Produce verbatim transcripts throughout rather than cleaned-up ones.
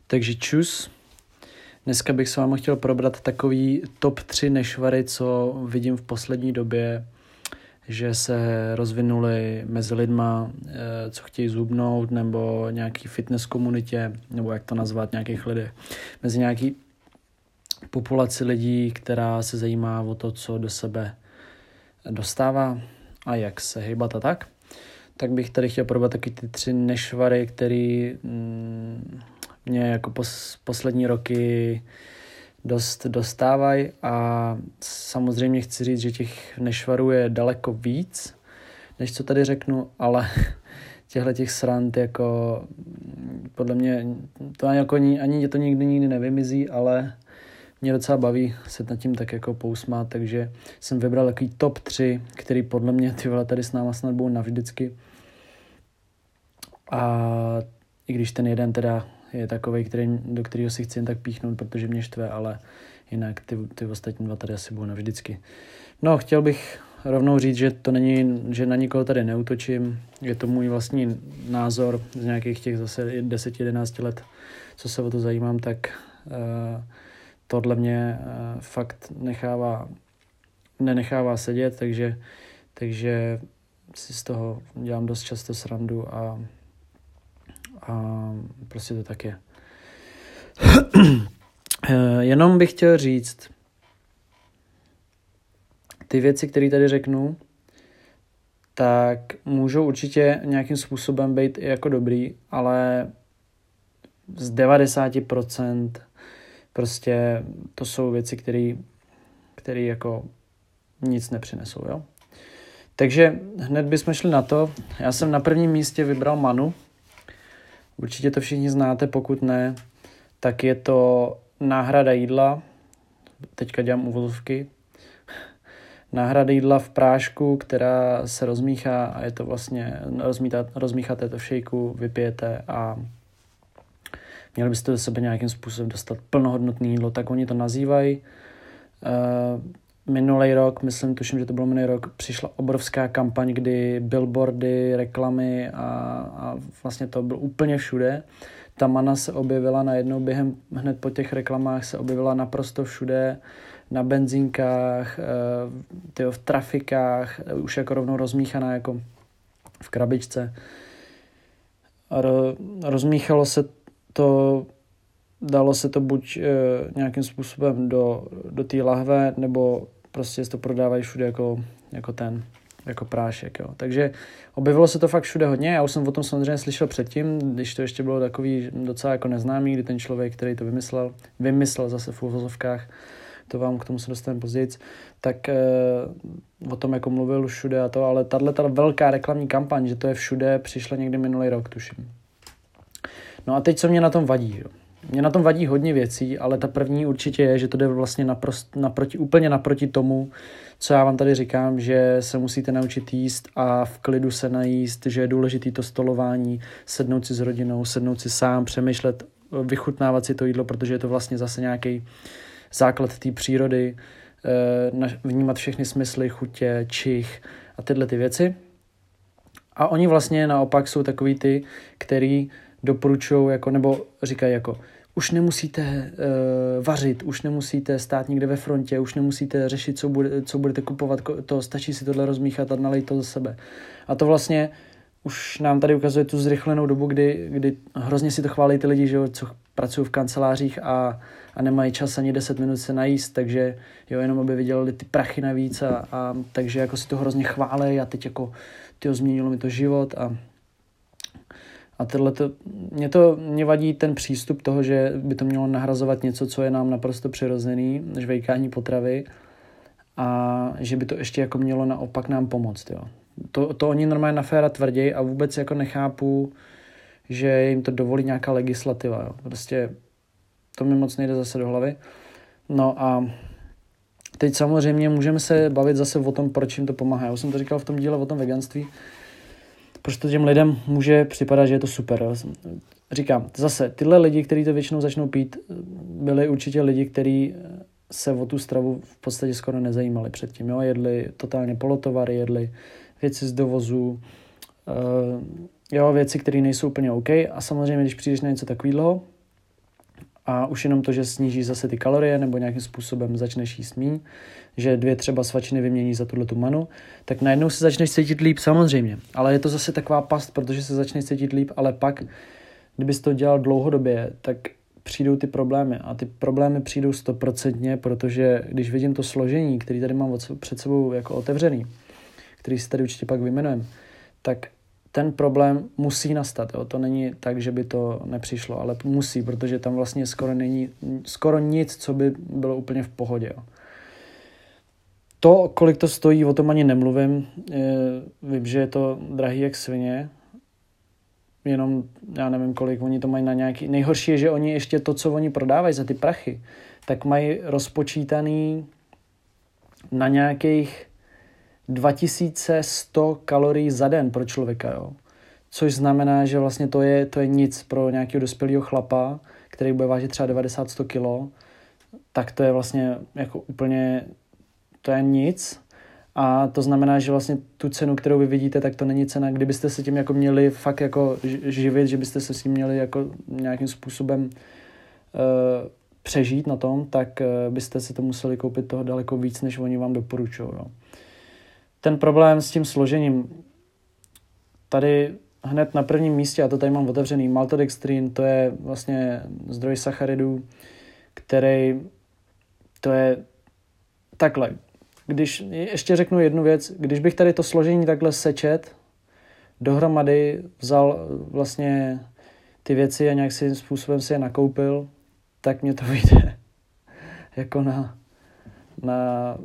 Takže čus. Dneska bych s vámi chtěl probrat takový top tři nešvary, co vidím v poslední době, že se rozvinuly mezi lidma, co chtějí zhubnout, nebo nějaký fitness komunitě, nebo jak to nazvat, nějakých lidí. Mezi nějaký populaci lidí, která se zajímá o to, co do sebe dostává a jak se hejbat a tak. Tak bych tady chtěl probrat taky ty tři nešvary, který mm, mě jako pos, poslední roky dost dostávají a samozřejmě chci říct, že těch nešvarů je daleko víc, než co tady řeknu, ale těchto těch srand jako podle mě to ani, jako, ani to nikdy nikdy nevymizí, ale mě docela baví se nad tím tak jako pousmát, takže jsem vybral takový top tři, který podle mě ty vole tady s náma snad budou navždycky. A i když ten jeden teda je takovej, který, do kterého si chci jen tak píchnout, protože mě štve, ale jinak ty, ty ostatní dva tady asi budou navždycky. No, chtěl bych rovnou říct, že to není, že na nikoho tady neútočím, je to můj vlastní názor z nějakých těch zase deset jedenáct let, co se o to zajímám, tak uh, tohle mě uh, fakt nechává, nenechává sedět, takže, takže si z toho dělám dost často srandu a a prostě to tak je. Jenom bych chtěl říct, ty věci, které tady řeknu, tak můžou určitě nějakým způsobem být i jako dobrý, ale z devadesát procent prostě to jsou věci, které které jako nic nepřinesou, jo. Takže hned bychom šli na to. Já jsem na prvním místě vybral Manu. Určitě to všichni znáte, pokud ne, tak je to náhrada jídla, teďka dělám uvozovky, náhrada jídla v prášku, která se rozmíchá a je to vlastně, rozmítat, rozmícháte to v šejku, vypijete a měli byste do sebe nějakým způsobem dostat plnohodnotné jídlo, tak oni to nazývají. Minulý rok, myslím, tuším, že to bylo minulý rok, přišla obrovská kampaň, kdy billboardy, reklamy a, a vlastně to bylo úplně všude. Ta Mana se objevila najednou během, hned po těch reklamách se objevila naprosto všude, na benzínkách, tyjo, v trafikách, už jako rovnou rozmíchaná jako v krabičce. Ro, rozmíchalo se to, dalo se to buď e, nějakým způsobem do, do té lahve, nebo prostě to prodávají všude jako, jako ten, jako prášek, jo. Takže objevilo se to fakt všude hodně, já už jsem o tom samozřejmě slyšel předtím, když to ještě bylo takový docela jako neznámý, kdy ten člověk, který to vymyslel, vymyslel zase v uvozovkách, to vám k tomu se dostaneme později, tak e, o tom jako mluvil všude a to, ale tato velká reklamní kampaň, že to je všude, přišla někdy minulý rok, tuším. No a teď co mě na tom vadí, jo. Mě na tom vadí hodně věcí, ale ta první určitě je, že to jde vlastně naprost, naproti, úplně naproti tomu, co já vám tady říkám, že se musíte naučit jíst a v klidu se najíst, že je důležité to stolování, sednout si s rodinou, sednout si sám, přemýšlet, vychutnávat si to jídlo, protože je to vlastně zase nějaký základ té přírody, vnímat všechny smysly, chutě, čich a tyhle ty věci. A oni vlastně naopak jsou takový ty, který doporučují, jako, nebo říkají jako, už nemusíte uh, vařit, už nemusíte stát někde ve frontě, už nemusíte řešit, co, bude, co budete kupovat, to stačí si tohle rozmíchat a nalejt to za sebe. A to vlastně už nám tady ukazuje tu zrychlenou dobu, kdy, kdy hrozně si to chválí ty lidi, že jo, co pracují v kancelářích a, a nemají čas ani deset minut se najíst, takže jo, jenom aby vydělali ty prachy navíc a, a takže jako si to hrozně chválí a teď jako tyjo, změnilo mi to život a A tohleto, mě to mě vadí ten přístup toho, že by to mělo nahrazovat něco, co je nám naprosto přirozený, žvejkání potravy a že by to ještě jako mělo naopak nám pomoct. Jo. To, to oni normálně na féra tvrději a vůbec jako nechápu, že jim to dovolí nějaká legislativa. Jo. Prostě to mi moc nejde zase do hlavy. No a teď samozřejmě můžeme se bavit zase o tom, proč jim to pomáhá. Já už jsem to říkal v tom díle o tom veganství, protože to těm lidem může připadat, že je to super. Říkám, zase tyhle lidi, kteří to většinou začnou pít, byli určitě lidi, kteří se o tu stravu v podstatě skoro nezajímali předtím. Jo? Jedli totálně polotovary, jedli věci z dovozu, uh, jo, věci, které nejsou úplně OK. A samozřejmě, když přijdeš na něco takového, a už jenom to, že snížíš zase ty kalorie nebo nějakým způsobem začneš jíst míň, že dvě třeba svačiny vymění za tuhletu manu, tak najednou se začneš cítit líp samozřejmě. Ale je to zase taková past, protože se začneš cítit líp, ale pak, kdybys to dělal dlouhodobě, tak přijdou ty problémy. A ty problémy přijdou stoprocentně, protože když vidím to složení, který tady mám před sebou jako otevřený, který si tady určitě pak vyjmenujeme, tak ten problém musí nastat. Jo? To není tak, že by to nepřišlo, ale musí, protože tam vlastně skoro není skoro nic, co by bylo úplně v pohodě. Jo? To, kolik to stojí, o tom ani nemluvím. Vím, že je to drahý jak svině, jenom já nevím, kolik oni to mají na nějaký... Nejhorší je, že oni ještě to, co oni prodávají za ty prachy, tak mají rozpočítaný na nějakých dva tisíce sto kalorií za den pro člověka, jo. Což znamená, že vlastně to je, to je nic pro nějakého dospělého chlapa, který bude vážit třeba devadesát až sto kilo, tak to je vlastně jako úplně, to je nic. A to znamená, že vlastně tu cenu, kterou vy vidíte, tak to není cena, kdybyste se tím jako měli fakt jako živit, že byste se s tím měli jako nějakým způsobem uh, přežít na tom, tak uh, byste si to museli koupit toho daleko víc, než oni vám doporučují. Jo. Ten problém s tím složením, tady hned na prvním místě, a to tady mám otevřený, maltodextrin, to je vlastně zdroj sacharidů, který, to je takhle. Když, ještě řeknu jednu věc, když bych tady to složení takhle sečet, dohromady vzal vlastně ty věci a nějak si způsobem si je nakoupil, tak mě to vyjde jako na, na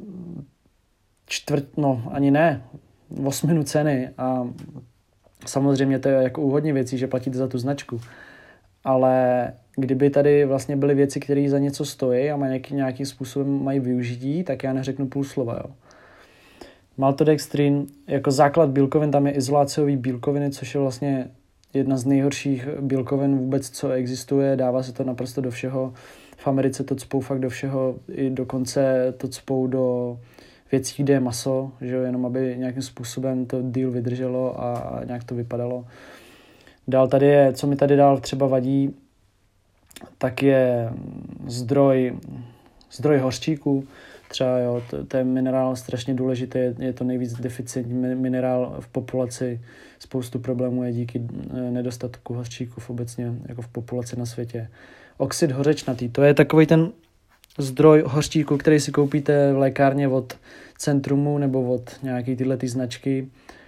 čtvrt, no ani ne, osminu ceny a samozřejmě to je jako u hodně věcí, že platíte za tu značku, ale kdyby tady vlastně byly věci, které za něco stojí a nějaký, nějakým způsobem mají využití, tak já neřeknu půl slova. Jo. Maltodextrin jako základ bílkovin, tam je izoláciový bílkoviny, což je vlastně jedna z nejhorších bílkovin vůbec, co existuje. Dává se to naprosto do všeho. V Americe to cpou fakt do všeho, i dokonce to cpou do věcí, kde je maso, že jo, jenom aby nějakým způsobem to díl vydrželo a, a nějak to vypadalo. Dál tady je, co mi tady dál třeba vadí, tak je zdroj, zdroj hořčíku. Třeba jo, to, to je minerál strašně důležitý, je, je to nejvíc deficitní minerál v populaci. Spoustu problémů je díky nedostatku hořčíku v obecně jako v populaci na světě. Oxid hořečnatý, to je takový ten zdroj hořčíku, který si koupíte v lékárně od Centrumu nebo od nějaký tyhle ty značky.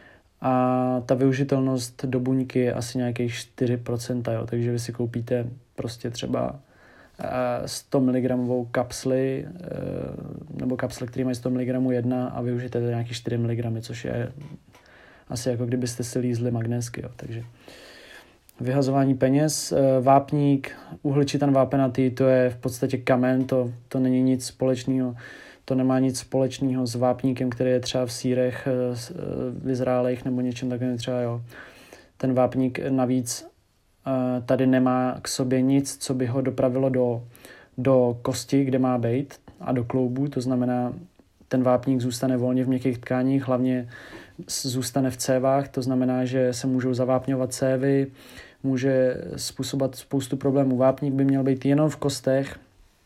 A ta využitelnost do buňky je asi nějakých čtyři procenta, jo. Takže vy si koupíte prostě třeba sto miligramů kapsly nebo kapsle, které mají sto miligramů jedna a využijete nějakých čtyři miligramy, což je asi jako kdybyste si lízli magnésky. Jo. Takže vyhazování peněz, vápník, uhličitan vápenatý, to je v podstatě kamen, to, to není nic společného. To nemá nic společného s vápníkem, který je třeba v sýrech vyzrálejch nebo něčem takovým třeba, jo. Ten vápník navíc tady nemá k sobě nic, co by ho dopravilo do, do kosti, kde má být, a do kloubů, to znamená, ten vápník zůstane volně v měkkých tkáních, hlavně zůstane v cévách, to znamená, že se můžou zavápňovat cévy, může způsobovat spoustu problémů. Vápník by měl být jenom v kostech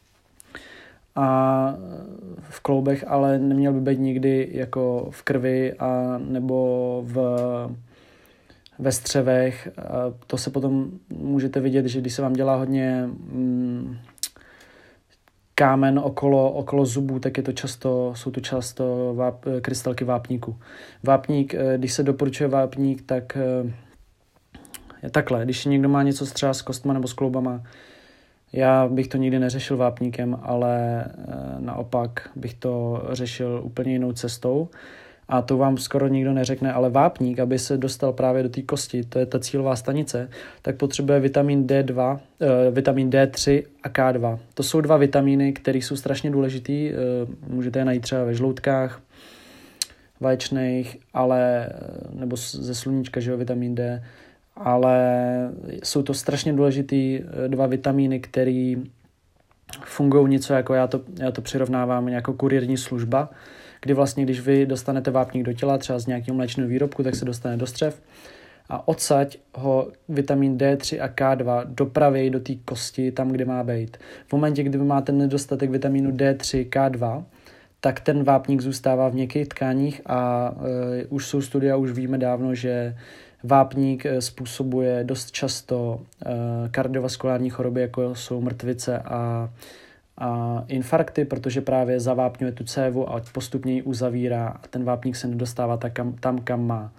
a v kloubech, ale neměl by být nikdy jako v krvi a nebo v, ve střevech. A to se potom můžete vidět, že když se vám dělá hodně mm, kámen okolo, okolo zubů, tak je to často, jsou to často váp, krystalky vápníku. Vápník, když se doporučuje vápník, tak je takhle. Když někdo má něco třeba s kostma nebo s kloubama, já bych to nikdy neřešil vápníkem, ale naopak bych to řešil úplně jinou cestou. A to vám skoro nikdo neřekne, ale vápník, aby se dostal právě do té kosti, to je ta cílová stanice, tak potřebuje vitamin D dva, eh, vitamin D tři a K dva. To jsou dva vitamíny, které jsou strašně důležitý. Eh, můžete je najít třeba ve žloutkách, vaječných, ale, nebo ze sluníčka, že jo, vitamin D, ale jsou to strašně důležitý dva vitamíny, které fungují něco jako, já to, já to přirovnávám jako kurierní služba, kdy vlastně, když vy dostanete vápník do těla, třeba z nějakého mléčného výrobku, tak se dostane do střev a odsaď ho vitamin D tři a K dva dopraví do té kosti tam, kde má být. V momentě, kdy máte nedostatek vitamínu D tři, K dva, tak ten vápník zůstává v měkkých tkáních a e, už jsou studia, už víme dávno, že vápník způsobuje dost často e, kardiovaskulární choroby, jako jsou mrtvice a, a infarkty, protože právě zavápňuje tu cévu a postupně ji uzavírá a ten vápník se nedostává tak, kam, tam, kam má.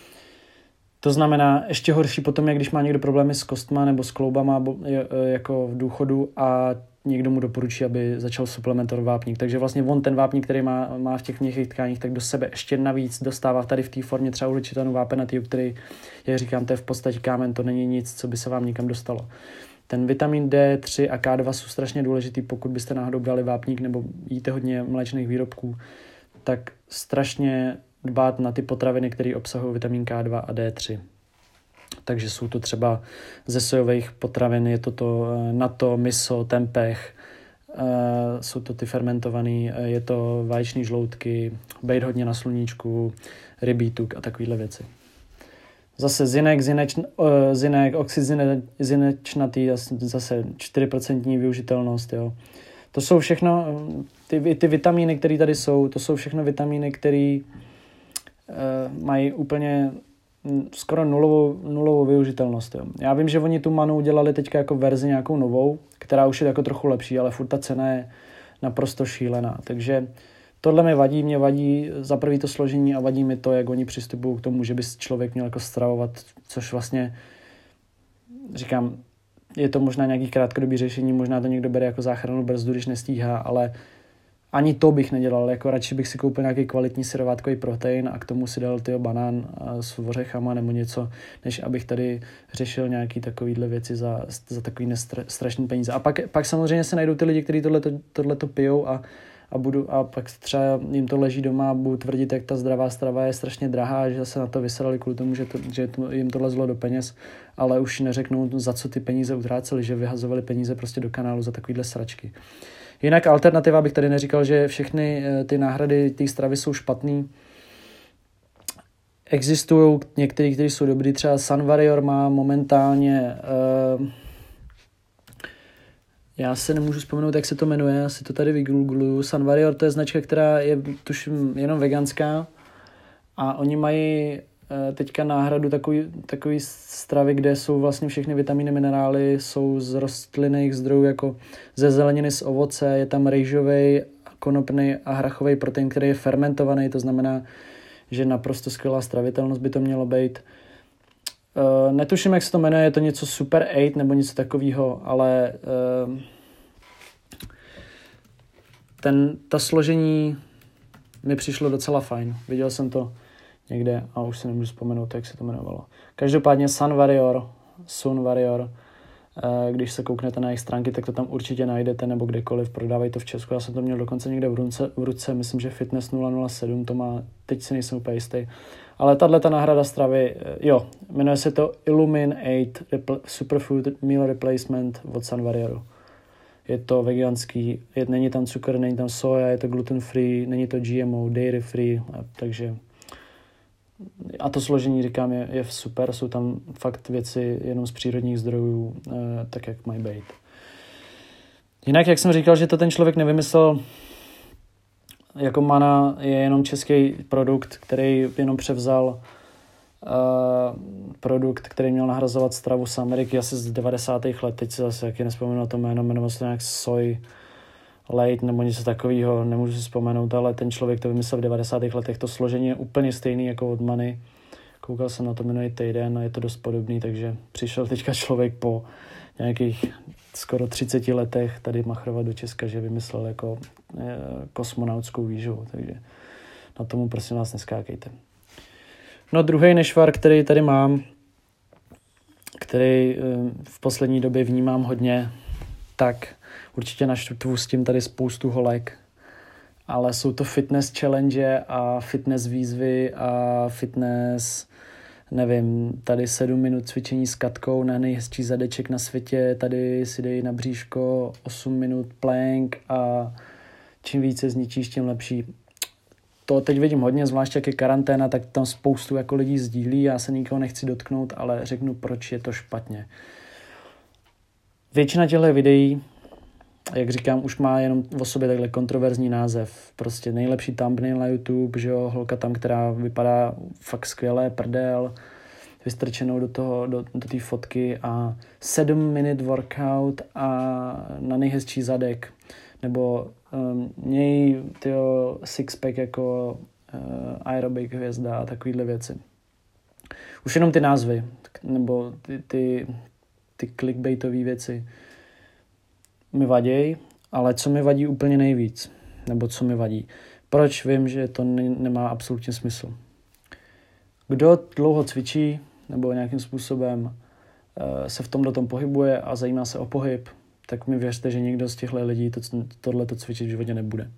To znamená, ještě horší potom je, když má někdo problémy s kostma nebo s kloubama jako v důchodu a někdo mu doporučí, aby začal suplementovat vápník. Takže vlastně on ten vápník, který má, má v těch měkkých tkáních, tak do sebe ještě navíc dostává tady v té formě třeba uhličitanu vápenatýho, který, jak říkám, to je v podstatě kámen, to není nic, co by se vám nikam dostalo. Ten vitamin D tři a K dva jsou strašně důležitý, pokud byste náhodou brali vápník nebo jíte hodně mléčných výrobků, tak strašně dbát na ty potraviny, které obsahují vitamin K dva a D tři. Takže jsou to třeba ze sojových potravin, je to to natto, miso, tempeh, jsou to ty fermentované, je to vaječný žloutky, bejt hodně na sluníčku, rybí tuk a takovéhle věci. Zase zinek, zineč, zinek oxid zinečnatý, zase čtyři procenta využitelnost. Jo. To jsou všechno, ty, ty vitamíny, které tady jsou, to jsou všechno vitamíny, které uh, mají úplně skoro nulovou, nulovou využitelnost. Jo. Já vím, že oni tu manu udělali teďka jako verzi nějakou novou, která už je jako trochu lepší, ale furt ta cena je naprosto šílená. Takže tohle mi vadí, mě vadí za prvý to složení a vadí mi to, jak oni přistupují k tomu, že by člověk měl jako stravovat, což vlastně říkám, je to možná nějaký krátkodobý řešení, možná to někdo bere jako záchrannou brzdu, když nestíhá, ale ani to bych nedělal, jako radši bych si koupil nějaký kvalitní syrovátkový protein a k tomu si dal tyho banán s ořechama nebo něco, než abych tady řešil nějaký takovýhle věci za, za takový nestra, strašný peníze. A pak, pak samozřejmě se najdou ty lidi, kteří tohleto, tohleto pijou a, a, budu, a pak třeba jim to leží doma a budu tvrdit, jak ta zdravá strava je strašně drahá, že se na to vysadali kvůli tomu, že, to, že to, jim to lezlo do peněz, ale už neřeknou, za co ty peníze utráceli, že vyhazovali peníze prostě do kanálu za takovýhle sračky. Jinak alternativa bych tady neříkal, že všechny ty náhrady té stravy jsou špatný. Existují některé, které jsou dobrý, třeba Sun Warrior má momentálně, uh, já se nemůžu vzpomenout, jak se to jmenuje, já si to tady vygoogluju. Sun Warrior to je značka, která je tuším jenom veganská a oni mají teďka náhradu takový, takový stravy, kde jsou vlastně všechny vitamíny, minerály, jsou z rostlinných zdrojů, jako ze zeleniny, z ovoce, je tam rejžovej, konopný a hrachový protein, který je fermentovaný, to znamená, že naprosto skvělá stravitelnost by to mělo být. Uh, netuším, jak se to jmenuje, je to něco Super osm nebo něco takového, ale uh, ten, ta složení mi přišlo docela fajn. Viděl jsem to někde a už se nemůžu vzpomenout, jak se to jmenovalo. Každopádně Sun Warrior, Sun Warrior, když se kouknete na jejich stránky, tak to tam určitě najdete, nebo kdekoliv, prodávají to v Česku. Já jsem to měl dokonce někde v ruce, v ruce myslím, že Fitness nula nula sedm to má, teď si nejsem úplně jistý. Ale tato náhrada stravy, jo, jmenuje se to Illumin osm Repl- Superfood Meal Replacement od Sun Warrioru. Je to veganský, je, není tam cukr, není tam soja, je to gluten free, není to G M O, dairy free, a, takže a to složení, říkám, je, je super, jsou tam fakt věci jenom z přírodních zdrojů, e, tak jak mají být. Jinak, jak jsem říkal, že to ten člověk nevymyslel, jako Mana je jenom český produkt, který jenom převzal e, produkt, který měl nahrazovat stravu z Ameriky asi z devadesátých let, teď si zase jaký nespomenu na to jméno, jmenoval se to nějak Soy Late nebo něco takového, nemůžu si vzpomenout, ale ten člověk to vymyslel v devadesátých letech. To složení je úplně stejný jako od Many. Koukal jsem na to minulý týden a je to dost podobný, takže přišel teďka člověk po nějakých skoro třiceti letech tady machrovat do Česka, že vymyslel jako e, kosmonautskou výživu, takže na tomu prosím vás neskákejte. No druhý nešvar, který tady mám, který e, v poslední době vnímám hodně, tak určitě naštvu s tím tady spoustu holek, ale jsou to fitness challenge a fitness výzvy a fitness, nevím, tady sedm minut cvičení s Katkou na nejhezčí zadeček na světě, tady si dej na bříško osm minut plank a čím více zničíš, tím lepší. to teď vidím hodně, zvlášť jak je karanténa, tak tam spoustu jako lidí sdílí, já se nikoho nechci dotknout, ale řeknu, proč je to špatně. Většina těchto videí, jak říkám, už má jenom o sobě takhle kontroverzní název. Prostě nejlepší thumbnail na YouTube, že jo, holka tam, která vypadá fakt skvěle, prdel, vystrčenou do toho, do, do té fotky a sedm minut workout a na nejhezčí zadek. Nebo um, měj tyjo sixpack jako uh, aerobik hvězda a takovýhle věci. Už jenom ty názvy, nebo ty, ty, ty clickbaitové věci mi vadí, ale co mi vadí úplně nejvíc, nebo co mi vadí. Proč vím, že to ne, nemá absolutně smysl. Kdo dlouho cvičí, nebo nějakým způsobem uh, se v tomhle tom pohybuje a zajímá se o pohyb, tak mi věřte, že nikdo z těchto lidí to, tohleto cvičit v životě nebude.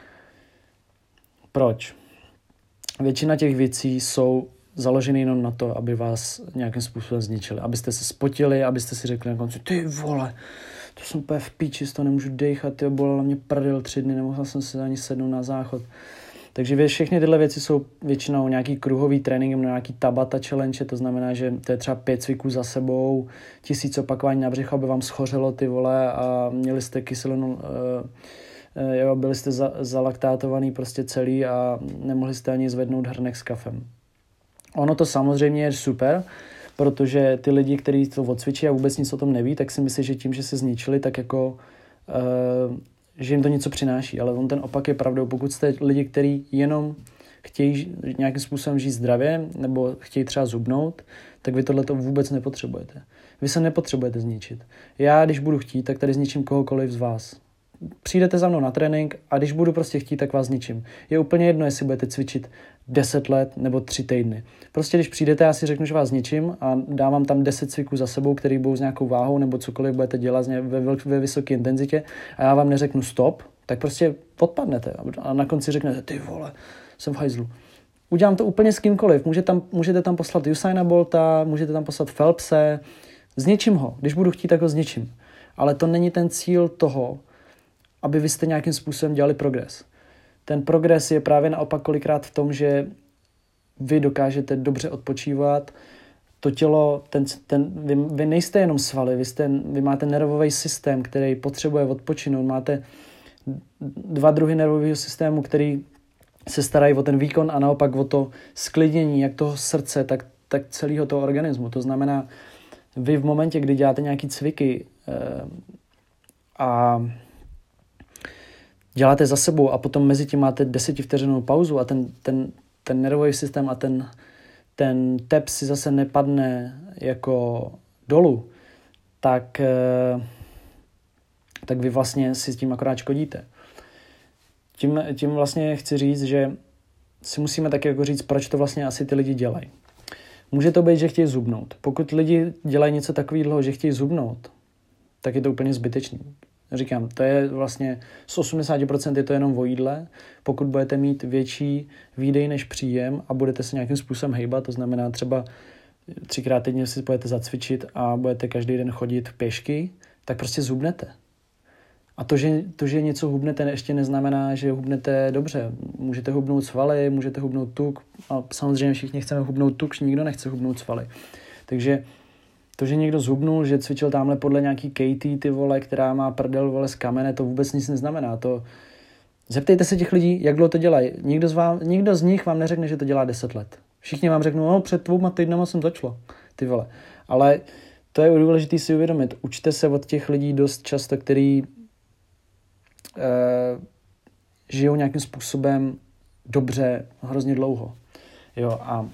Proč? Většina těch věcí jsou založeny jenom na to, aby vás nějakým způsobem zničili. Abyste se spotili, abyste si řekli na konci, ty vole, to jsem úplně v píči, to nemůžu dejchat, ty bolela mě prdel tři dny, nemohla jsem se ani sednout na záchod. Takže všechny tyhle věci jsou většinou nějaký kruhový trénink nebo nějaký Tabata challenge, to znamená, že to je třeba pět cviků za sebou, tisíc opakování na břicho, aby vám schořelo ty vole a měli jste kyselinu, uh, uh, jo, byli jste za, zalaktátovaný prostě celý a nemohli jste ani zvednout hrnek s kafem. Ono to samozřejmě je super, protože ty lidi, kteří to odcvičí a vůbec nic o tom neví, tak si myslí, že tím, že se zničili, tak jako uh, že jim to něco přináší, ale on ten opak je pravdou. Pokud jste lidi, kteří jenom chtějí nějakým způsobem žít zdravě nebo chtějí třeba zubnout, tak vy tohleto vůbec nepotřebujete. Vy se nepotřebujete zničit. Já, když budu chtít, tak tady zničím kohokoliv z vás. Přijdete za mnou na trénink a když budu prostě chtít, tak vás zničím. Je úplně jedno, jestli budete cvičit deset let nebo tři týdny. Prostě když přijdete, já si řeknu, že vás zničím a dávám tam deset cviků za sebou, který budou s nějakou váhou nebo cokoliv budete dělat ve, ve vysoké intenzitě a já vám neřeknu stop, tak prostě odpadnete a na konci řeknete, ty vole, jsem v hajzlu. Udělám to úplně s kýmkoliv. Můžete tam, můžete tam poslat Usaina Bolta, můžete tam poslat Phelpse, zničím ho. Když budu chtít, tak ho zničím. Ale to není ten cíl toho, aby vy jste nějakým způsobem dělali progres. Ten progres je právě naopak kolikrát v tom, že vy dokážete dobře odpočívat, to tělo, ten, ten, vy, vy nejste jenom svaly, vy, jste, vy máte nervový systém, který potřebuje odpočinout, máte dva druhy nervového systému, který se starají o ten výkon a naopak o to sklidnění jak toho srdce, tak, tak celého toho organismu. To znamená, vy v momentě, kdy děláte nějaký cviky eh, a děláte za sebou a potom mezi tím máte desetivteřinovou pauzu a ten, ten, ten nervový systém a ten, ten tep si zase nepadne jako dolů, tak, tak vy vlastně si s tím akorát škodíte. Tím, tím vlastně chci říct, že si musíme taky jako říct, proč to vlastně asi ty lidi dělají. Může to být, že chtějí zubnout. Pokud lidi dělají něco takového, že chtějí zubnout, tak je to úplně zbytečný. Říkám, to je vlastně z osmdesát procent je to jenom o jídle. Pokud budete mít větší výdej než příjem a budete se nějakým způsobem hejbat, to znamená třeba třikrát týdně si budete zacvičit a budete každý den chodit pěšky, tak prostě zhubnete. A to, že, to, že něco hubnete, ještě neznamená, že hubnete dobře. Můžete hubnout svaly, můžete hubnout tuk a samozřejmě všichni chceme hubnout tuk, nikdo nechce hubnout svaly. Takže to, že někdo zhubnul, že cvičil tamhle podle nějaký Katie, ty vole, která má prdel, vole, z kamene, to vůbec nic neznamená. To... Zeptejte se těch lidí, jak dlouho to dělají. Nikdo z, vám, nikdo z nich vám neřekne, že to dělá deset let. Všichni vám řeknou, no před dvouma týdnama jsem začala, ty vole. Ale to je důležité si uvědomit. Učte se od těch lidí dost často, který eh, žijou nějakým způsobem dobře, hrozně dlouho. Jo, a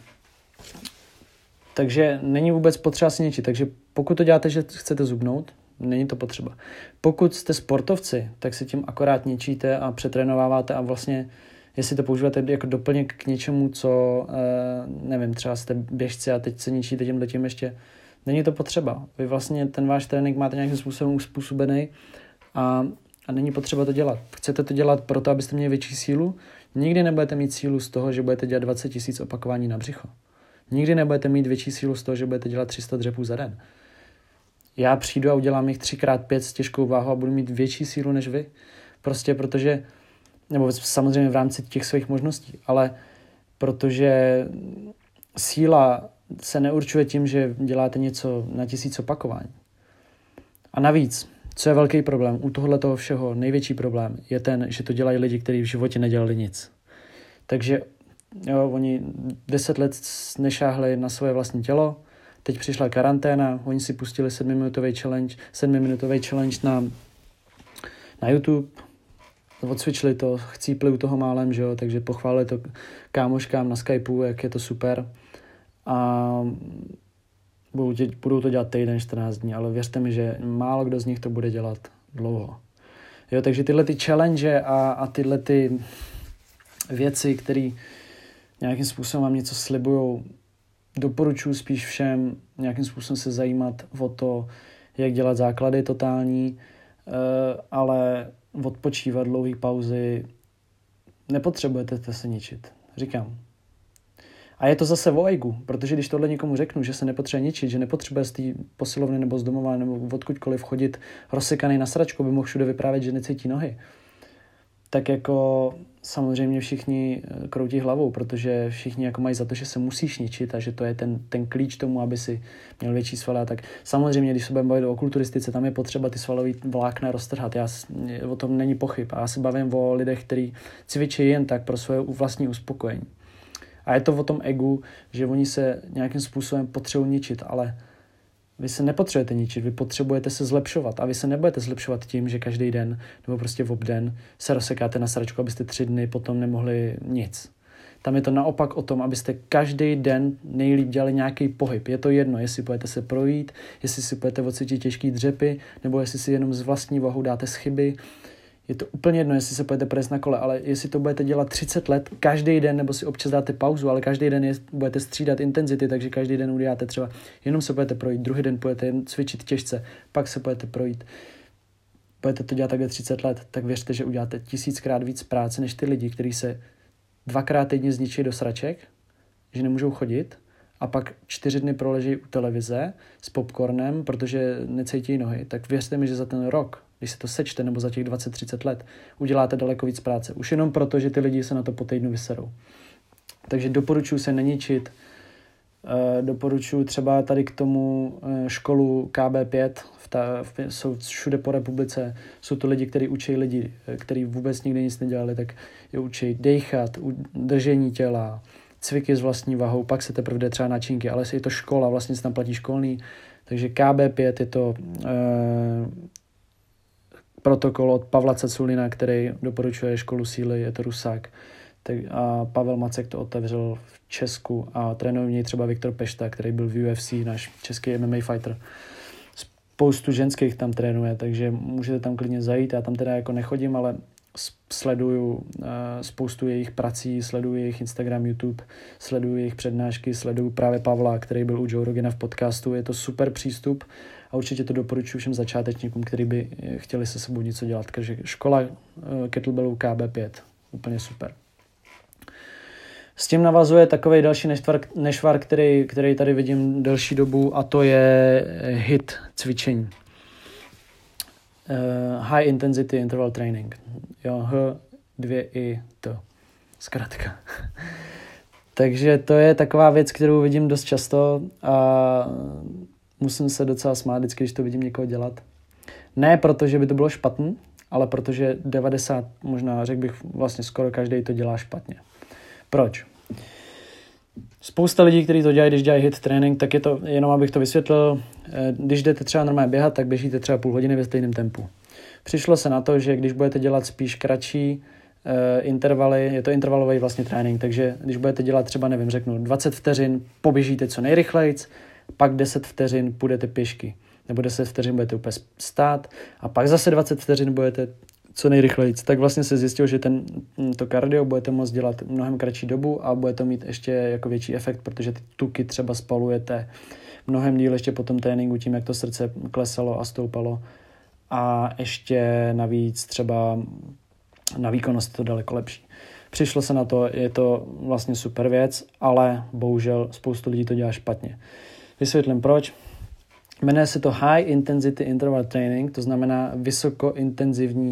takže není vůbec potřeba si ničit. Takže pokud to děláte, že chcete zubnout, není to potřeba. Pokud jste sportovci, tak si tím akorát ničíte a přetrénováváte a vlastně, jestli to používáte jako doplněk k něčemu, co, nevím, třeba jste běžci a teď se ničíte tímhletím ještě, není to potřeba. Vy vlastně ten váš trénink máte nějakým způsobem uspůsobený a, a není potřeba to dělat. Chcete to dělat proto, abyste měli větší sílu? Nikdy nebudete mít sílu z toho, že budete dělat dvacet tisíc opakování na břicho. Nikdy nebudete mít větší sílu z toho, že budete dělat tři sta dřepů za den. Já přijdu a udělám jich tři krát pět s těžkou váhou a budu mít větší sílu než vy. Prostě protože nebo samozřejmě v rámci těch svých možností, ale protože síla se neurčuje tím, že děláte něco na tisíc opakování. A navíc, co je velký problém, u tohohle toho všeho největší problém je ten, že to dělají lidi, kteří v životě nedělali nic. Takže jo, oni deset let nešáhli na svoje vlastní tělo, teď přišla karanténa, oni si pustili sedmiminutový challenge, sedmiminutový challenge na, na YouTube, odcvičili to, chcípli u toho málem, že jo, takže pochválili to kámoškám na Skypeu, jak je to super. A budou, tě, budou to dělat týden, čtrnáct dní, ale věřte mi, že málo kdo z nich to bude dělat dlouho. Jo, takže tyhle ty challenge a, a tyhle ty věci, které nějakým způsobem vám něco slibujou, doporučuji spíš všem nějakým způsobem se zajímat o to, jak dělat základy totální, ale odpočívat, dlouhé pauzy, nepotřebujete se ničit. Říkám. A je to zase o egu, protože když tohle někomu řeknu, že se nepotřebuje ničit, že nepotřebuje z té posilovny nebo z domova nebo odkudkoliv chodit rozsekaný na sračku, by mohl všude vyprávět, že necítí nohy, tak jako samozřejmě všichni kroutí hlavou, protože všichni jako mají za to, že se musíš ničit a že to je ten, ten klíč tomu, aby si měl větší svaly. Tak samozřejmě, když se budeme bavit o kulturistice, tam je potřeba ty svalový vlákna roztrhat. Já, o tom není pochyb. A já se bavím o lidech, kteří cvičí jen tak pro svoje vlastní uspokojení. A je to o tom egu, že oni se nějakým způsobem potřebují ničit, ale vy se nepotřebujete ničit, vy potřebujete se zlepšovat a vy se nebudete zlepšovat tím, že každý den nebo prostě v obden se rozsekáte na sračku, abyste tři dny potom nemohli nic. Tam je to naopak o tom, abyste každý den nejlíp dělali nějaký pohyb. Je to jedno, jestli budete se projít, jestli si budete odcvičit těžký dřepy, nebo jestli si jenom z vlastní vahou dáte schyby. Je to úplně jedno, jestli se budete projít na kole, ale jestli to budete dělat třicet let, každý den, nebo si občas dáte pauzu, ale každý den je, budete střídat intenzity, takže každý den uděláte třeba, jenom se budete projít, druhý den budete cvičit těžce, pak se budete projít. Budete to dělat takhle třicet let, tak věřte, že uděláte tisíckrát víc práce, než ty lidi, kteří se dvakrát týdně zničí do sraček, že nemůžou chodit a pak čtyři dny proleží u televize s popcornem, protože necítí nohy. Tak věřte mi, že za ten rok, když se to sečte, nebo za těch dvacet třicet let, uděláte daleko víc práce. Už jenom proto, že ty lidi se na to po týdnu vyserou. Takže doporučuji se neničit. E, doporučuji třeba tady k tomu školu K B pět, v ta, v, jsou všude po republice, jsou to lidi, kteří učí lidi, kteří vůbec nikdy nic nedělali, tak je učí dejchat, držení těla, cviky s vlastní vahou, pak se teprve jde třeba na činky, ale je to škola, vlastně se tam platí školný, takže K B pět je to e, protokol od Pavla Caculina, který doporučuje školu síly, je to Rusák. Tak a Pavel Macek to otevřel v Česku a trénuje v něj třeba Viktor Pešta, který byl v U F C, náš český M M A fighter. Spoustu ženských tam trénuje, takže můžete tam klidně zajít. Já tam teda jako nechodím, ale sleduju uh, spoustu jejich prací, sleduju jejich Instagram, YouTube, sleduju jejich přednášky, sleduju právě Pavla, který byl u Joe Rogana v podcastu. Je to super přístup a určitě to doporučuji všem začátečníkům, kteří by chtěli se sebou něco dělat. Takže škola uh, kettlebellů K B pět, úplně super. S tím navazuje takový další nešvar, nešvar který, který tady vidím delší dobu, a to je H I I T cvičení. Uh, high Intensity Interval Training. Jo, H, dvě I, T. Zkrátka. Takže to je taková věc, kterou vidím dost často a musím se docela smát vždycky, když to vidím někoho dělat. Ne proto, že by to bylo špatný, ale protože devadesát, možná řekl bych vlastně skoro každý to dělá špatně. Proč? Spousta lidí, kteří to dělají, když dělají H I I T trénink, tak je to, jenom abych to vysvětlil, když jdete třeba normálně běhat, tak běžíte třeba půl hodiny ve stejném tempu. Přišlo se na to, že když budete dělat spíš kratší uh, intervaly, je to intervalový vlastně trénink, takže když budete dělat třeba, nevím, řeknu dvacet vteřin, poběžíte co nejrychlejc, pak deset vteřin půjdete pěšky, nebo deset vteřin budete úplně stát a pak zase dvacet vteřin budete co nejrychlejc, tak vlastně se zjistilo, že ten, to kardio budete moct dělat mnohem kratší dobu a budete mít ještě jako větší efekt, protože ty tuky třeba spalujete mnohem díl ještě po tom tréninku tím, jak to srdce klesalo a stoupalo a ještě navíc třeba na výkonnost to daleko lepší. Přišlo se na to, je to vlastně super věc, ale bohužel spoustu lidí to dělá špatně. Vysvětlím proč. Jmenuje se to High Intensity Interval Training, to znamená vysokointenzivní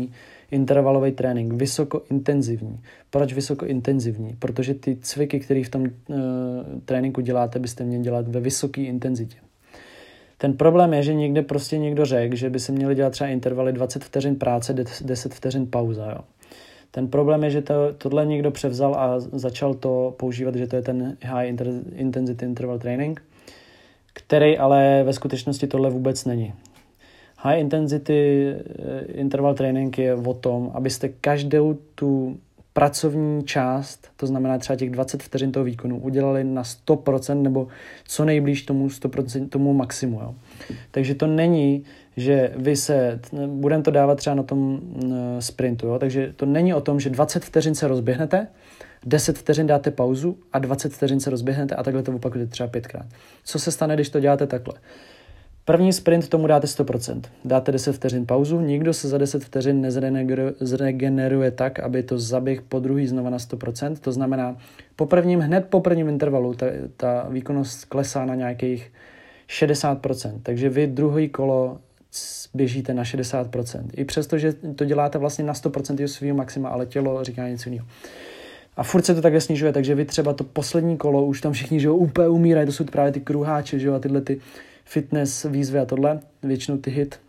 intervalový trénink, vysokointenzivní. Proč vysokointenzivní? Protože ty cviky, které v tom uh, tréninku děláte, byste měli dělat ve vysoké intenzitě. Ten problém je, že někde prostě někdo řekl, že by se měly dělat třeba intervaly dvacet vteřin práce, deset vteřin pauza. Jo. Ten problém je, že to, tohle někdo převzal a začal to používat, že to je ten high intensity interval training, který ale ve skutečnosti tohle vůbec není. High intensity interval training je o tom, abyste každou tu pracovní část, to znamená třeba těch dvacet vteřin toho výkonu, udělali na sto procent nebo co nejblíž tomu sto procent tomu maximu. Jo. Takže to není, že vy se, budeme to dávat třeba na tom sprintu, jo. Takže to není o tom, že dvacet vteřin se rozběhnete, deset vteřin dáte pauzu a dvacet vteřin se rozběhnete a takhle to opakujete třeba pětkrát. Co se stane, když to děláte takhle? První sprint tomu dáte sto procent. Dáte deset vteřin pauzu, nikdo se za deset vteřin nezregeneruje tak, aby to zaběh po druhý znova na sto procent. To znamená, po prvním, hned po prvním intervalu ta, ta výkonnost klesá na nějakých šedesát procent. Takže vy druhý kolo běžíte na šedesát procent. I přesto, že to děláte vlastně na sto procent svého maxima, ale tělo říká něco jiného. A furt se to takhle snižuje, takže vy třeba to poslední kolo, už tam všichni, že jo, úplně umírají, to jsou právě ty kruháče, že jo, a tyhle ty fitness výzvy a tohle, většinou ty hit.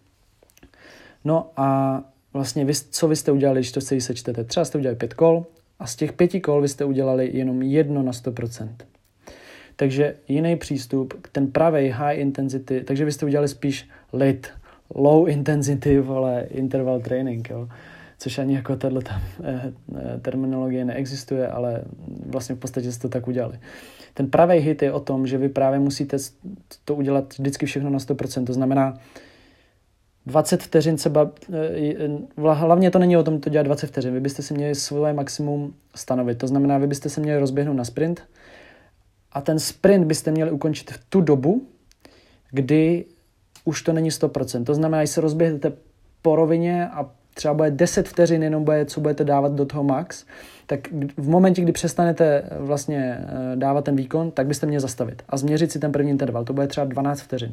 No a vlastně vy, co vy jste udělali, když to celý sečtete? Třeba jste udělali pět kol a z těch pěti kol vy jste udělali jenom jedno na sto procent. Takže jiný přístup, ten pravej high intensity, takže vy jste udělali spíš lit, low intensity, vole, interval training, jo. Což ani jako tato eh, terminologie neexistuje, ale vlastně v podstatě jste to tak udělali. Ten pravý hit je o tom, že vy právě musíte to udělat vždycky všechno na sto procent. To znamená dvacet vteřin třeba, hlavně to není o tom to dělat dvacet vteřin. Vy byste si měli svoje maximum stanovit. To znamená, vy byste se měli rozběhnout na sprint a ten sprint byste měli ukončit v tu dobu, kdy už to není sto procent. To znamená, když se rozběhnete po rovině a třeba bude deset vteřin, jenom bude, co budete dávat do toho max, tak v momentě, kdy přestanete vlastně dávat ten výkon, tak byste měli zastavit a změřit si ten první interval. To bude třeba dvanáct vteřin.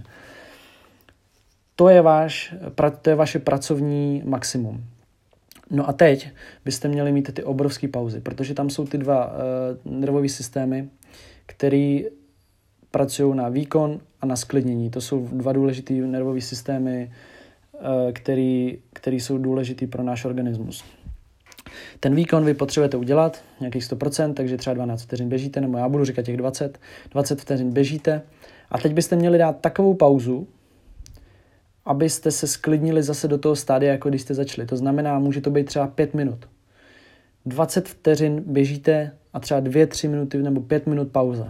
To je, váš, to je vaše pracovní maximum. No a teď byste měli mít ty obrovské pauzy, protože tam jsou ty dva uh, nervové systémy, které pracují na výkon a na sklidnění. To jsou dva důležité nervové systémy, Který, který jsou důležitý pro náš organismus. Ten výkon vy potřebujete udělat nějakých sto procent, takže třeba dvanáct vteřin běžíte, nebo já budu říkat těch dvacet, dvacet vteřin běžíte a teď byste měli dát takovou pauzu, abyste se sklidnili zase do toho stádia, jako když jste začali. To znamená, může to být třeba pět minut. dvacet vteřin běžíte a třeba dvě, tři minuty nebo pět minut pauza.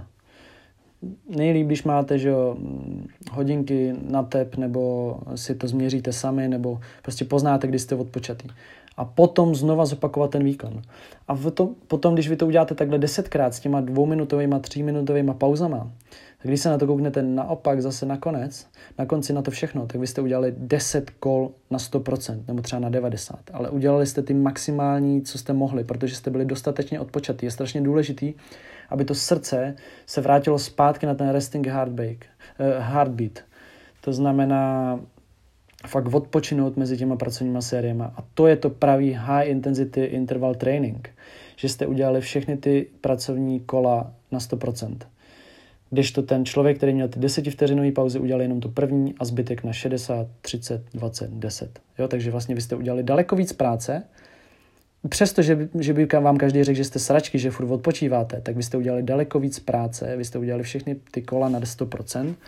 Nejlíp, když máte, že jo, hodinky na tep, nebo si to změříte sami, nebo prostě poznáte, kdy jste odpočatý. A potom znova zopakovat ten výkon. A v to, potom, když vy to uděláte takhle desetkrát s těma dvouminutovýma, tříminutovýma pauzama, tak když se na to kouknete naopak zase na konec, na konci na to všechno, tak vy jste udělali deset kol na sto procent, nebo třeba na devadesát. Ale udělali jste ty maximální, co jste mohli, protože jste byli dostatečně odpočatý. Je strašně důležitý, aby to srdce se vrátilo zpátky na ten resting heartbeat. Uh, heartbeat. To znamená fakt odpočinout mezi těma pracovníma sériemi. A to je to pravý high intensity interval training, že jste udělali všechny ty pracovní kola na sto procent. Když to ten člověk, který měl ty desetivteřinové pauzy, udělal jenom tu první a zbytek na šedesát, třicet, dvacet, deset. Jo, takže vlastně vy jste udělali daleko víc práce. Přesto, že by, že by vám každý řekl, že jste sračky, že furt odpočíváte, tak vy jste udělali daleko víc práce, vy jste udělali všechny ty kola na sto procent.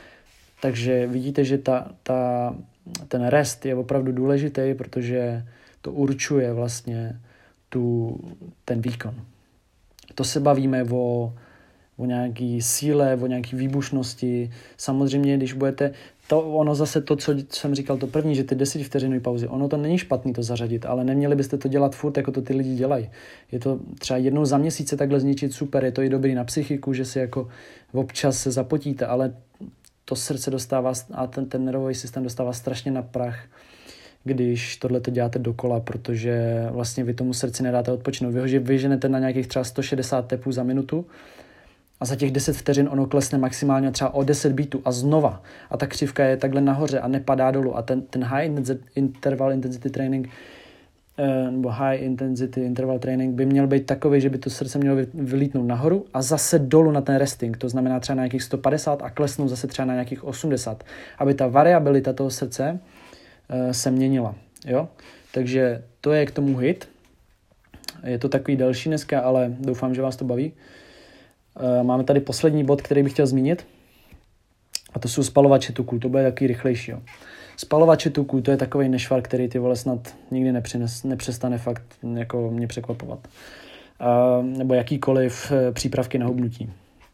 Takže vidíte, že ta, ta, ten rest je opravdu důležitý, protože to určuje vlastně tu, ten výkon. To se bavíme o, o nějaký síle, o nějaký výbušnosti. Samozřejmě, když budete, to ono zase to, co jsem říkal to první, že ty desetivteřinové pauzy, ono to není špatný to zařadit, ale neměli byste to dělat furt, jako to ty lidi dělají. Je to třeba jednou za měsíc se takhle zničit, super, je to i dobrý na psychiku, že si jako občas se zapotíte, ale to srdce dostává a ten, ten nervový systém dostává strašně na prach, když tohle to děláte dokola, protože vlastně vy tomu srdci nedáte odpočinout. Vy ho vyženete na nějakých třeba sto šedesát tepů za minutu a za těch deset vteřin ono klesne maximálně třeba o deset beatů a znova. A ta křivka je takhle nahoře a nepadá dolů. A ten, ten high interval intensity training nebo high intensity interval training by měl být takový, že by to srdce mělo vylítnout nahoru a zase dolů na ten resting, to znamená třeba na nějakých sto padesát a klesnout zase třeba na nějakých osmdesát, aby ta variabilita toho srdce se měnila, jo. Takže to je k tomu hit. Je to takový delší dneska, ale doufám, že vás to baví. Máme tady poslední bod, který bych chtěl zmínit, a to jsou spalovače tuků, to bude takový rychlejší, jo. Spalovače tuků, to je takovej nešvar, který ty vole snad nikdy nepřines, nepřestane fakt jako mě překvapovat. Uh, nebo jakýkoliv přípravky na hubnutí.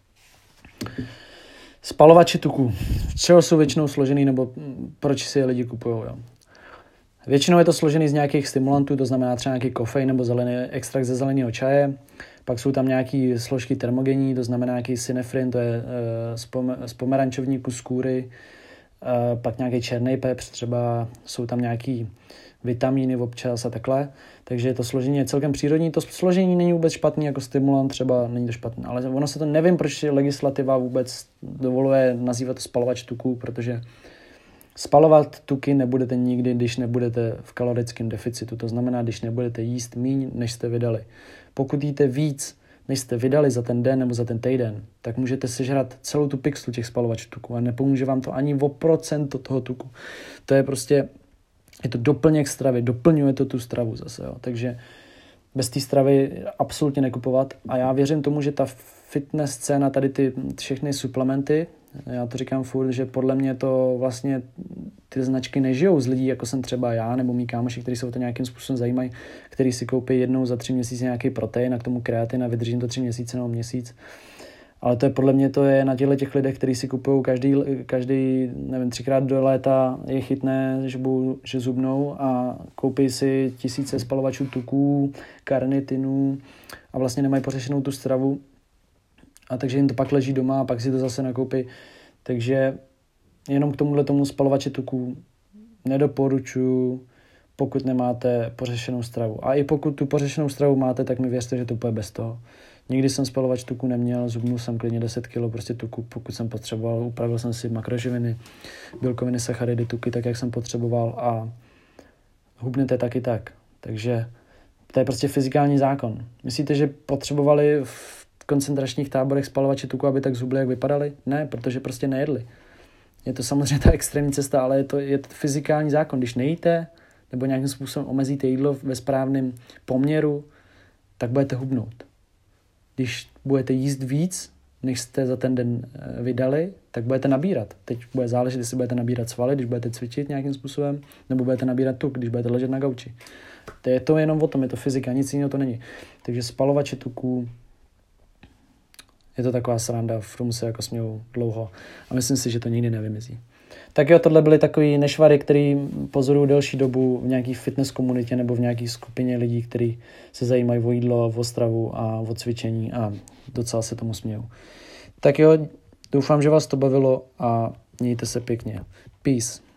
Spalovače tuků. Z čeho jsou většinou složený, nebo proč si je lidi kupujou, jo? Většinou je to složený z nějakých stimulantů, to znamená třeba nějaký kofein nebo zelený extrakt ze zeleného čaje. Pak jsou tam nějaké složky termogenní, to znamená nějaký synefrin, to je uh, z pomerančovníku z kůry. Uh, pak nějaký černý pepř, třeba jsou tam nějaký vitamíny občas a takhle. Takže to složení je celkem přírodní. To složení není vůbec špatný jako stimulant, třeba není to špatný. Ale ono se to, nevím, proč legislativa vůbec dovoluje nazývat to spalovač tuků, protože spalovat tuky nebudete nikdy, když nebudete v kalorickém deficitu. To znamená, když nebudete jíst míň, než jste vydali. Pokud jíte víc, než jste vydali za ten den nebo za ten týden, tak můžete sežrat celou tu pixlu těch spalovačů tuku a nepomůže vám to ani o procento toho tuku. To je prostě, je to doplněk stravy, doplňuje to tu stravu zase, jo. Takže bez té stravy absolutně nekupovat a já věřím tomu, že ta fitness scéna, tady ty všechny suplementy, já to říkám furt, že podle mě to vlastně ty značky nežijou z lidí, jako jsem třeba já nebo mý kámoši, kteří se o to nějakým způsobem zajímají, který si koupí jednou za tři měsíce nějaký protein a k tomu kreatin a vydržím to tři měsíce nebo měsíc. Ale to je podle mě to je na těchto těch lidech, kteří si kupují každý, každý, nevím, třikrát do léta je chytné, že, budou, že zubnou a koupí si tisíce spalovačů tuků, karnitinů a vlastně nemají pořešenou tu stravu. A takže jim to pak leží doma a pak si to zase nakoupí. Takže jenom k tomuhle tomu spalovači tuků nedoporučuji, pokud nemáte pořešenou stravu. A i pokud tu pořešenou stravu máte, tak mi věřte, že to bude bez toho. Nikdy jsem spalovač tuku neměl, zubnul jsem klidně deset kilo prostě tuku, pokud jsem potřeboval. Upravil jsem si makroživiny, bílkoviny, sacharidy, tuky, tak jak jsem potřeboval a hubnete taky tak. Takže to je prostě fyzikální zákon. Myslíte, že potřebovali v koncentračních táborech spalovače tuku, aby tak zhubli, jak vypadali? Ne, protože prostě nejedli. Je to samozřejmě ta extrémní cesta, ale je to, je to fyzikální zákon. Když nejíte nebo nějakým způsobem omezíte jídlo ve správném poměru, tak budete hubnout. Když budete jíst víc, než jste za ten den vydali, tak budete nabírat. Teď bude záležet, jestli budete nabírat svaly, když budete cvičit nějakým způsobem, nebo budete nabírat tuk, když budete ležet na gauči. To je to jenom o tom, je to fyzika, nic jiného to není. Takže spalovače tuků, je to taková sranda, v tom se jako smějou dlouho a myslím si, že to nikdy nevymizí. Tak jo, tohle byly takový nešvary, který pozorují delší dobu v nějaký fitness komunitě nebo v nějaký skupině lidí, kteří se zajímají o jídlo, o stravu a o cvičení a docela se tomu smějou. Tak jo, doufám, že vás to bavilo a mějte se pěkně. Peace.